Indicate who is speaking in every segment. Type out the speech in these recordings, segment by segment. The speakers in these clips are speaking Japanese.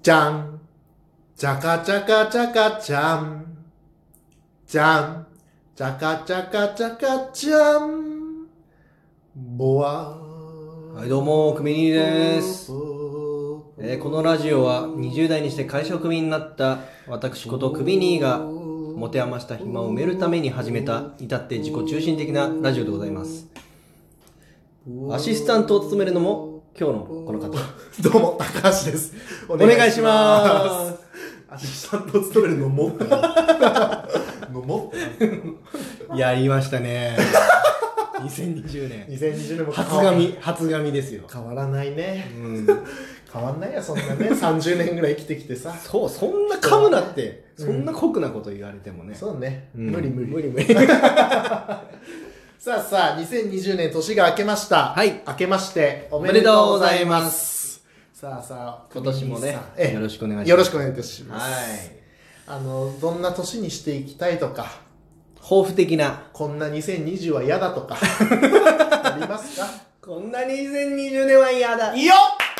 Speaker 1: じゃん。じゃかじゃかじゃかじゃん。じゃん。じゃかじゃかじゃかじゃん。ボワー。
Speaker 2: はい、どうも、クミニーです。このラジオは20代にして会社をクビになった私ことクミニーが持て余した暇を埋めるために始めた至って自己中心的なラジオでございます。アシスタントを務めるのも今日のこの方。
Speaker 1: どうも、高橋です。
Speaker 2: お願いします。
Speaker 1: アシスタントを務めるのもってのもって
Speaker 2: やりましたね。2020年。
Speaker 1: 2020年も
Speaker 2: 初髪ですよ。
Speaker 1: 変わらないね。
Speaker 2: うん、
Speaker 1: 変わんないや、そんなね。30年ぐらい生きてきてさ。
Speaker 2: そう、そんな噛むなって、そんな酷なこと言われてもね。
Speaker 1: そうね。
Speaker 2: うん、
Speaker 1: 無理。さあ、2020年年が明けました。
Speaker 2: はい。
Speaker 1: 明けましておめでとうございます。さあ、
Speaker 2: 今年もね、よろしくお願いします。
Speaker 1: よろしくお願いいたします。
Speaker 2: はい。
Speaker 1: どんな年にしていきたいとか、
Speaker 2: 抱負的な。
Speaker 1: こんな2020は嫌だとか、ありますか？
Speaker 2: こんな2020年は嫌だ。
Speaker 1: いいよ！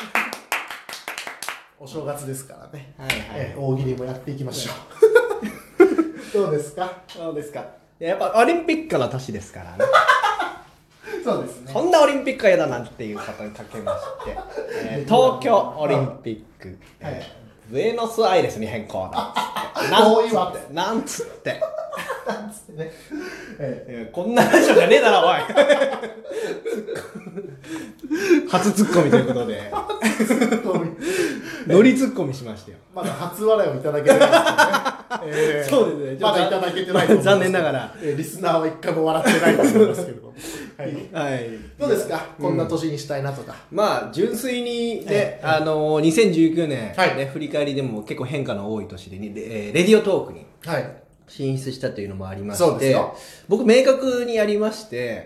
Speaker 1: お正月ですからね。
Speaker 2: はいはい。
Speaker 1: 大喜利もやっていきましょう。どうですか？
Speaker 2: そうですか。やっぱオリンピックの年ですからね。
Speaker 1: そうですね。
Speaker 2: こんなオリンピックは嫌だなんていう方にかけまして、東京オリンピック、ブエノスアイレスに変更なんつって
Speaker 1: ね。
Speaker 2: こんな話じゃねえだろおい。初ツッコミということでノリツッコミしましたよ。
Speaker 1: まだ初笑いをいただけてないですけどね。
Speaker 2: そうですね。
Speaker 1: まだいただけてないと思います。
Speaker 2: 残念ながら、
Speaker 1: リスナーは一回も笑ってないと思いますけど。はい。どうですか？こんな年にしたいなとか。
Speaker 2: まあ純粋にね、2019年ね、振り返りでも結構変化の多い年でね、レディオトークに進出したというのもありまして、僕明確にやりまして、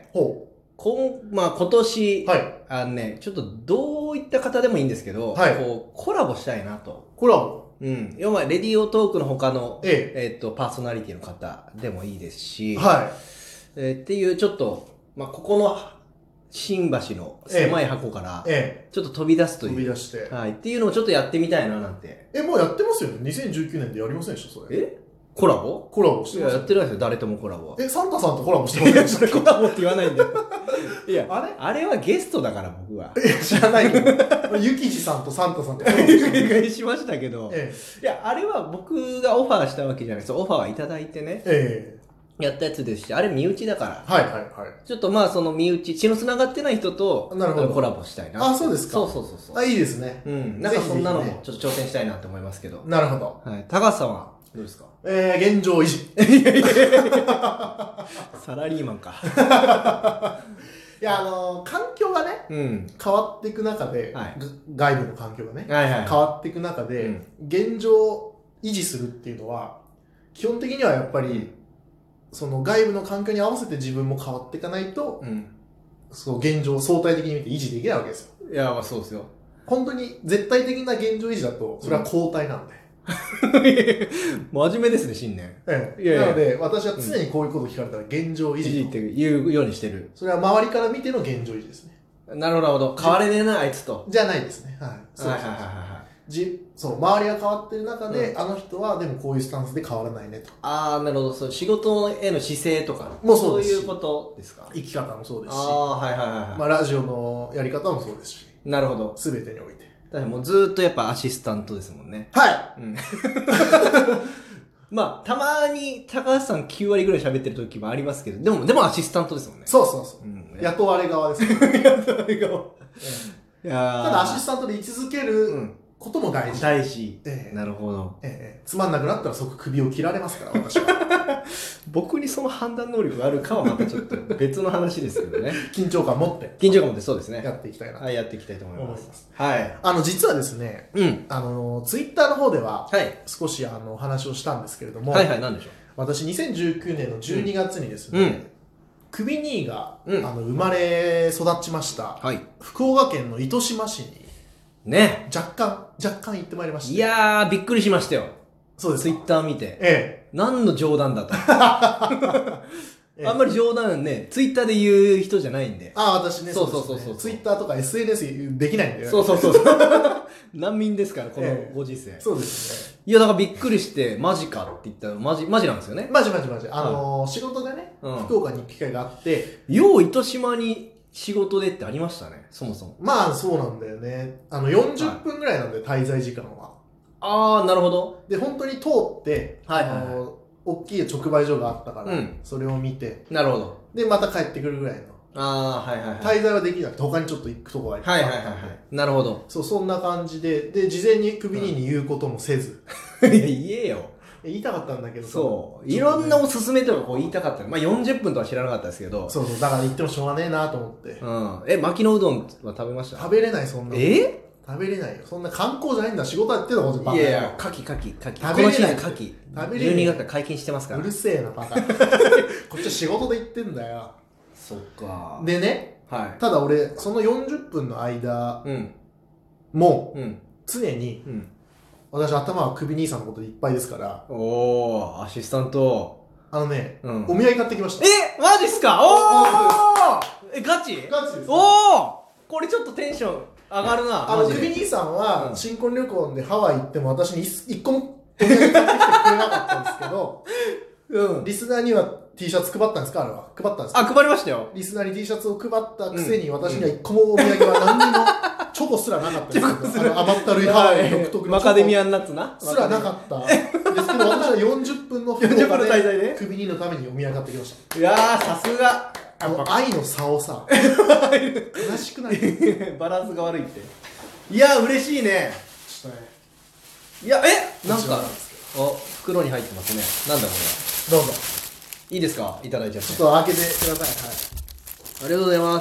Speaker 2: 今年、ちょっとどういった方でもいいんですけど、こうコラボしたいなと。
Speaker 1: コラボ？
Speaker 2: うん。要はレディオトークの他の、パーソナリティの方でもいいですし、っていうちょっと、ここの新橋の狭い箱から、ちょっと飛び出すという。
Speaker 1: 飛び出して。
Speaker 2: っていうのをちょっとやってみたいななんて。
Speaker 1: もうやってますよね。2019年でやりませんでしたそれ。
Speaker 2: コラボ
Speaker 1: してます。
Speaker 2: やってないですよ、誰ともコラボは。
Speaker 1: サンタさんとコラボしてませんでした？
Speaker 2: コラボって言わないんだよ。いや、あれはゲストだから僕は。
Speaker 1: 知らないけど。ゆきじさんとサンタさんとコラボ
Speaker 2: しましたけど、いや、あれは僕がオファーしたわけじゃないです。オファーはいただいてね。やったやつですし、あれ身内だから。ちょっとその身内、血の繋がってない人とコラボしたいな。
Speaker 1: そうですか。そう。いいですね。
Speaker 2: なんかそんなのもちょっと挑戦したいなと思いますけど。
Speaker 1: なるほど。
Speaker 2: 高橋さんはどうですか？
Speaker 1: 現状維持。
Speaker 2: サラリーマンか。
Speaker 1: いや、環境がね、変わっていく中で、外部の環境がね、変わっていく中で、現状維持するっていうのは、基本的にはやっぱり、その外部の環境に合わせて自分も変わっていかないと、そう現状を相対的に見て維持できないわけですよ。
Speaker 2: いや、そうですよ。
Speaker 1: 本当に絶対的な現状維持だと、それは後退なんで。
Speaker 2: 真面目ですね、新年。
Speaker 1: なので、私は常にこういうこと聞かれたら現状維持
Speaker 2: って言うようにしてる。
Speaker 1: それは周りから見ての現状維持ですね。
Speaker 2: なるほど。変われねえな、あいつと。
Speaker 1: じゃないですね。そう、周りが変わってる中で、あの人はでもこういうスタンスで変わらないねと。
Speaker 2: なるほど。そう、仕事への姿勢とか。
Speaker 1: もうそうです。
Speaker 2: そういうことですか？
Speaker 1: 生き方もそうですし。ラジオのやり方もそうですし。
Speaker 2: なるほど。
Speaker 1: すべてにおいて。
Speaker 2: だからもうずーっとやっぱアシスタントですもんね。たまに高橋さん9割ぐらい喋ってる時もありますけど、でもアシスタントですもんね。
Speaker 1: そう。雇われ側です。
Speaker 2: 雇われ側。
Speaker 1: ただアシスタントで居続けることも大事。
Speaker 2: なるほど。
Speaker 1: つまんなくなったら即首を切られますから、私は。
Speaker 2: 僕にその判断能力があるかはまたちょっと別の話ですけどね。
Speaker 1: 緊張感持って。
Speaker 2: そうですね。
Speaker 1: やっていきたいな。
Speaker 2: やっていきたいと思います。
Speaker 1: 実はですね、ツイッターの方では、少しお話をしたんですけれども、
Speaker 2: 何でしょう。
Speaker 1: 私2019年の12月にですね、クビニーが生まれ育ちました、福岡県の糸島市に、若干行ってまいりました。
Speaker 2: いやー、びっくりしましたよ。
Speaker 1: そうです。
Speaker 2: ツイッター見て。何の冗談だと。 あんまり冗談ね、ツイッターで言う人じゃないんで。
Speaker 1: ああ、私ね、
Speaker 2: そう。
Speaker 1: ツイッターとか SNS できないんだよね。
Speaker 2: そう。難民ですから、このご時世。
Speaker 1: そうですね。
Speaker 2: いや、だからびっくりして、マジかって言ったら、マジなんですよね。
Speaker 1: マジ。仕事でね、福岡に行く機会があって。
Speaker 2: よう糸島に仕事でってありましたね、そもそも。
Speaker 1: まあ、そうなんだよね。40分ぐらいなんで、滞在時間は。
Speaker 2: ああ、なるほど。
Speaker 1: で、本当に通って、大きい直売所があったから、それを見て。
Speaker 2: なるほど。
Speaker 1: で、また帰ってくるぐらいの。滞在はできなくて、他にちょっと行くとこがいっぱいあったんで。
Speaker 2: なるほど。
Speaker 1: そう、そんな感じで、で、事前に首に言うこともせず。
Speaker 2: 言えよ。
Speaker 1: 言いたかったんだけど
Speaker 2: そう。いろんなおすすめとかこう言いたかった。まあ40分とは知らなかったですけど。
Speaker 1: そう。だから言ってもしょうがねえなと思って。
Speaker 2: 牧野うどんは食べました？
Speaker 1: 食べれない、そんな。食べれないよ。そんな観光じゃないんだ。仕事やってるの、
Speaker 2: いやいや、牡蠣。
Speaker 1: 食べれない。
Speaker 2: 牡蠣。12月から解禁してますから。
Speaker 1: うるせえな、バカ。こっちは仕事で行ってんだよ。
Speaker 2: そっか。
Speaker 1: でね、ただ俺、その40分の間も、常に、私頭は首兄さんのことでいっぱいですから。
Speaker 2: おー、アシスタント。
Speaker 1: お土産買ってきました。
Speaker 2: マジっすか？おー！ガチです。おー！これちょっとテンション上がるな。
Speaker 1: 首兄さんは、新婚旅行でハワイ行っても私に一個もお土産買ってきてくれなかったんですけど、リスナーには T シャツ配ったんですか？あれは。配ったんですか？
Speaker 2: 配りましたよ。
Speaker 1: リスナーに T シャツを配ったくせに、私には一個もお土産は何にも、チョコすらなかったですけど、甘ったるいハワイ独特の
Speaker 2: マカデミアンナッツな。
Speaker 1: すらなかった。ですけど、私は40分の福岡で、首兄のためにお土産買ってきました。
Speaker 2: いやー、さすが。
Speaker 1: 愛の差をさ、悲しくない？
Speaker 2: バランスが悪いって。いや、嬉しいね。
Speaker 1: ちょっとね。
Speaker 2: いや、なんか、袋に入ってますね。なんだこ
Speaker 1: れは。どうぞ。
Speaker 2: いいですか？いただいちゃって。
Speaker 1: ちょっと開けてください。はい。
Speaker 2: ありがとうございます。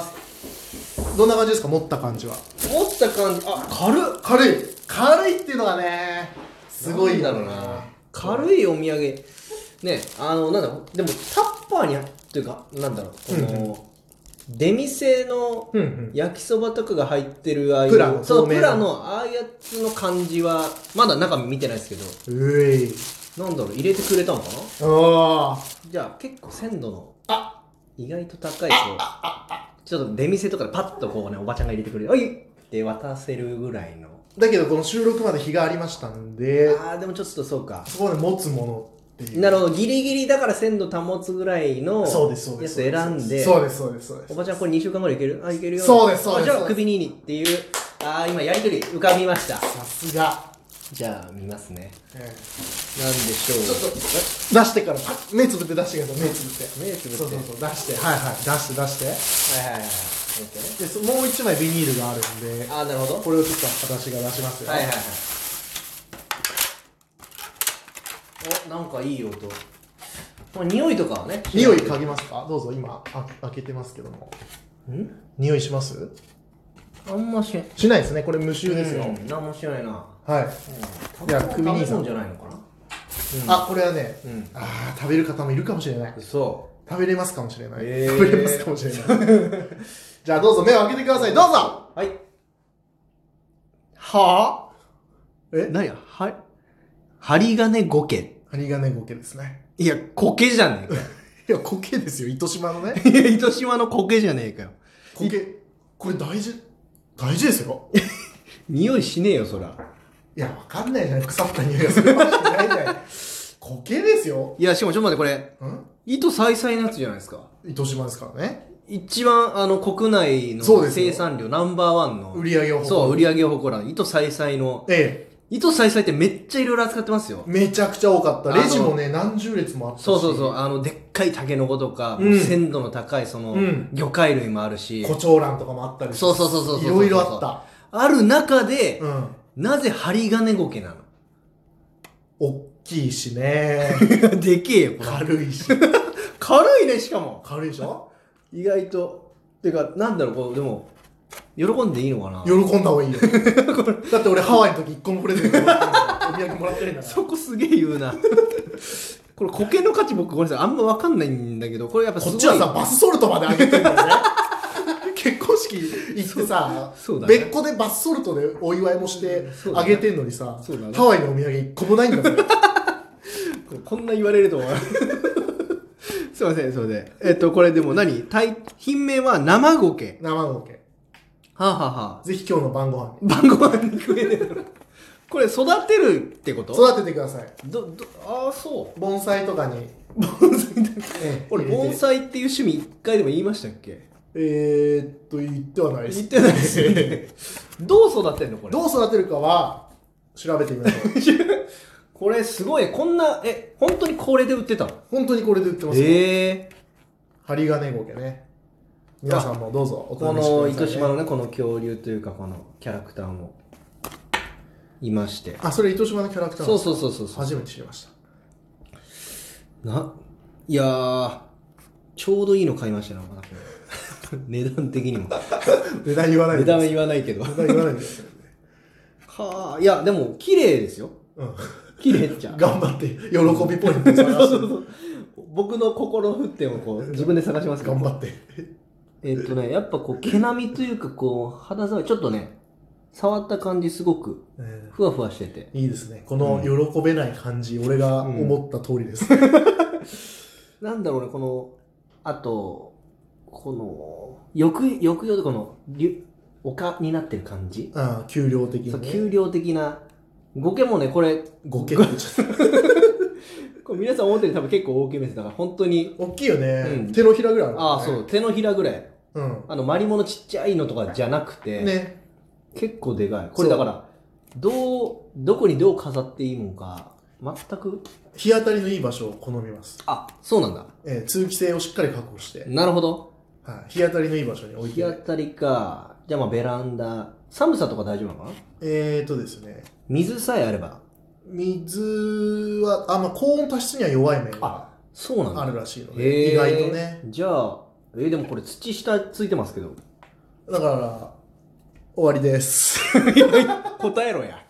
Speaker 1: どんな感じですか？持った感じは。
Speaker 2: 持った感じ、
Speaker 1: 軽いっていうのがね、すごいんだろうな。
Speaker 2: 軽いお土産。ね、なんだろう、でもタッパーに、というか、なんだろう、この、出店の焼きそばとかが入ってるああいう、プラのああいうやつの感じは、まだ中身見てないですけど、なんだろう、入れてくれたのかな？じゃあ結構鮮度の、意外と高いと、ちょっと出店とかでパッとこうね、おばちゃんが入れてくれる、おいって渡せるぐらいの。
Speaker 1: だけどこの収録まで日がありましたんで、
Speaker 2: でもちょっとそうか。
Speaker 1: そこで持つもの。
Speaker 2: なるほど、ギリギリだから鮮度保つぐらいのやつ選んで、
Speaker 1: そうです。
Speaker 2: おばちゃんこれ2週間ぐらいいける？いけるよ。
Speaker 1: そうです。
Speaker 2: じゃあ首にっていう、今やりとり浮かびました。
Speaker 1: さすが。
Speaker 2: じゃあ見ますね。なんでしょう。
Speaker 1: ちょっと出してから目つぶって出してください。
Speaker 2: 目つぶって。
Speaker 1: そう出して。出して。でもう一枚ビニールがあるんで。
Speaker 2: なるほど。
Speaker 1: これをちょっと私が出しますよ。
Speaker 2: なんかいい音。匂いとかはね。
Speaker 1: 匂い嗅ぎますか？どうぞ、今開けてますけども。匂いします？
Speaker 2: あんまし
Speaker 1: ないですね。これ無臭ですよ。
Speaker 2: なんもしないな。
Speaker 1: はい。
Speaker 2: じゃあ首にさんじゃないのか
Speaker 1: な？これはね、食べる方もいるかもしれない。
Speaker 2: そう。
Speaker 1: 食べれますかもしれない。食べれますかもしれない。じゃあどうぞ目を開けてください。どうぞ。
Speaker 2: はい。何や？針金苔。
Speaker 1: 針金苔ですね。
Speaker 2: いや、苔じゃねえかよ。
Speaker 1: いや、苔ですよ。糸島のね。
Speaker 2: いや、糸島の苔じゃねえかよ。
Speaker 1: 苔。これ大事ですよ。
Speaker 2: 匂いしねえよ、そら。
Speaker 1: いや、わかんないじゃない。腐った匂いがするかもしれないじゃない。苔ですよ。
Speaker 2: いや、しかもちょっと待って、これ。糸さいさいのやつじゃないですか。
Speaker 1: 糸島ですからね。
Speaker 2: 一番、国内の生産量ナンバーワンの。
Speaker 1: 売り上げを誇る。
Speaker 2: そう、売り上げを誇る。糸さいさいの。糸さいさいってめっちゃいろいろ扱ってますよ。
Speaker 1: めちゃくちゃ多かった。レジもね、何十列もあったし。
Speaker 2: そう。でっかいタケノコとか、鮮度の高い、魚介類もあるし。
Speaker 1: コチョウランとかもあったりして。
Speaker 2: そう。
Speaker 1: いろいろあった。
Speaker 2: ある中で、なぜ針金苔なの？
Speaker 1: おっきいしね。
Speaker 2: でけえよ、
Speaker 1: 軽いし。
Speaker 2: 軽いね、しかも。
Speaker 1: 軽いでしょ？
Speaker 2: 意外と。てか、なんだろう、でも、喜んでいいのかな？
Speaker 1: 喜んだ方がいいよ。だって俺ハワイの時1個もプレゼントもらってるんだ。お土産もらってるんだから。
Speaker 2: そこすげえ言うな。これ苔の価値僕ごめんなさい、あんま分かんないんだけど、これやっぱすごい。
Speaker 1: こっちはさ、バスソルトまであげてるんだよね。結婚式行ってさ、別個でバスソルトでお祝いもしてあげてんのにさ、ハワイのお土産1個もないんだぜ。
Speaker 2: こんな言われると思う。 すいません、それで。これでも品名は生ゴケ。
Speaker 1: 生ゴケ。
Speaker 2: はあ、はは
Speaker 1: ぜひ今日の晩ご飯に。
Speaker 2: 晩ご飯に食える。これ育てるってこと？
Speaker 1: 育ててください。
Speaker 2: ああ、そう。
Speaker 1: 盆栽とかに。
Speaker 2: 盆栽だけ。俺、盆栽っていう趣味一回でも言いましたっけ？
Speaker 1: 言ってはないです。
Speaker 2: 言ってないですね。どう育てるのこれ？
Speaker 1: どう育てるかは、調べてみましょう。
Speaker 2: これすごい、こんな、本当にこれで売ってたの？
Speaker 1: 本当にこれで売ってます。針金ゴケね。皆さんもどうぞお試しください、ね。
Speaker 2: この糸島のね、この恐竜というか、このキャラクターもいまして。
Speaker 1: あ、それ糸島のキャラクターなんですか？
Speaker 2: そう。
Speaker 1: 初めて知りました。
Speaker 2: いやー、ちょうどいいの買いましたね、まだ値段的にも。
Speaker 1: 値段言わないで。
Speaker 2: 値段は言わないけど。
Speaker 1: 値段言わないで。
Speaker 2: はあ、いや、でも、綺麗ですよ。
Speaker 1: うん。
Speaker 2: 綺麗っちゃ。
Speaker 1: 頑張って、喜びポイント探して。
Speaker 2: 僕の心の沸点をこう、自分で探しますけど。
Speaker 1: 頑張って。
Speaker 2: やっぱこう、毛並みというか、こう、肌触り、ちょっとね、触った感じすごく、ふわふわしてて。
Speaker 1: いいですね。この喜べない感じ、俺が思った通りです。
Speaker 2: なんだろうね、あと、抑揚でこの、丘になってる感じ。
Speaker 1: ああ、給料的な、
Speaker 2: ね。そう、給料的な。ゴケもね、これ。
Speaker 1: ゴケって言っちゃった。
Speaker 2: これ皆さん思ってる多分結構大きめです。だから本当に。
Speaker 1: 大きいよね。手のひらぐらいある、ね。
Speaker 2: ああ、そう。手のひらぐらい。マリモのちっちゃいのとかじゃなくて。
Speaker 1: ね。
Speaker 2: 結構でかい。これだから、どこにどう飾っていいもんか、全く。
Speaker 1: 日当たりのいい場所を好みます。
Speaker 2: あ、そうなんだ。
Speaker 1: 通気性をしっかり確保して。
Speaker 2: なるほど。
Speaker 1: はい。日当たりのいい場所に置いて。
Speaker 2: 日当たりか。じゃあベランダ。寒さとか大丈夫なのかな？
Speaker 1: ですね。
Speaker 2: 水さえあれば。
Speaker 1: 水は、高温多湿には弱い面が
Speaker 2: そうなんだ。
Speaker 1: あるらしいので、意外とね。
Speaker 2: じゃあ、でもこれ土下ついてますけど。
Speaker 1: だから、終わりです。
Speaker 2: 答えろや。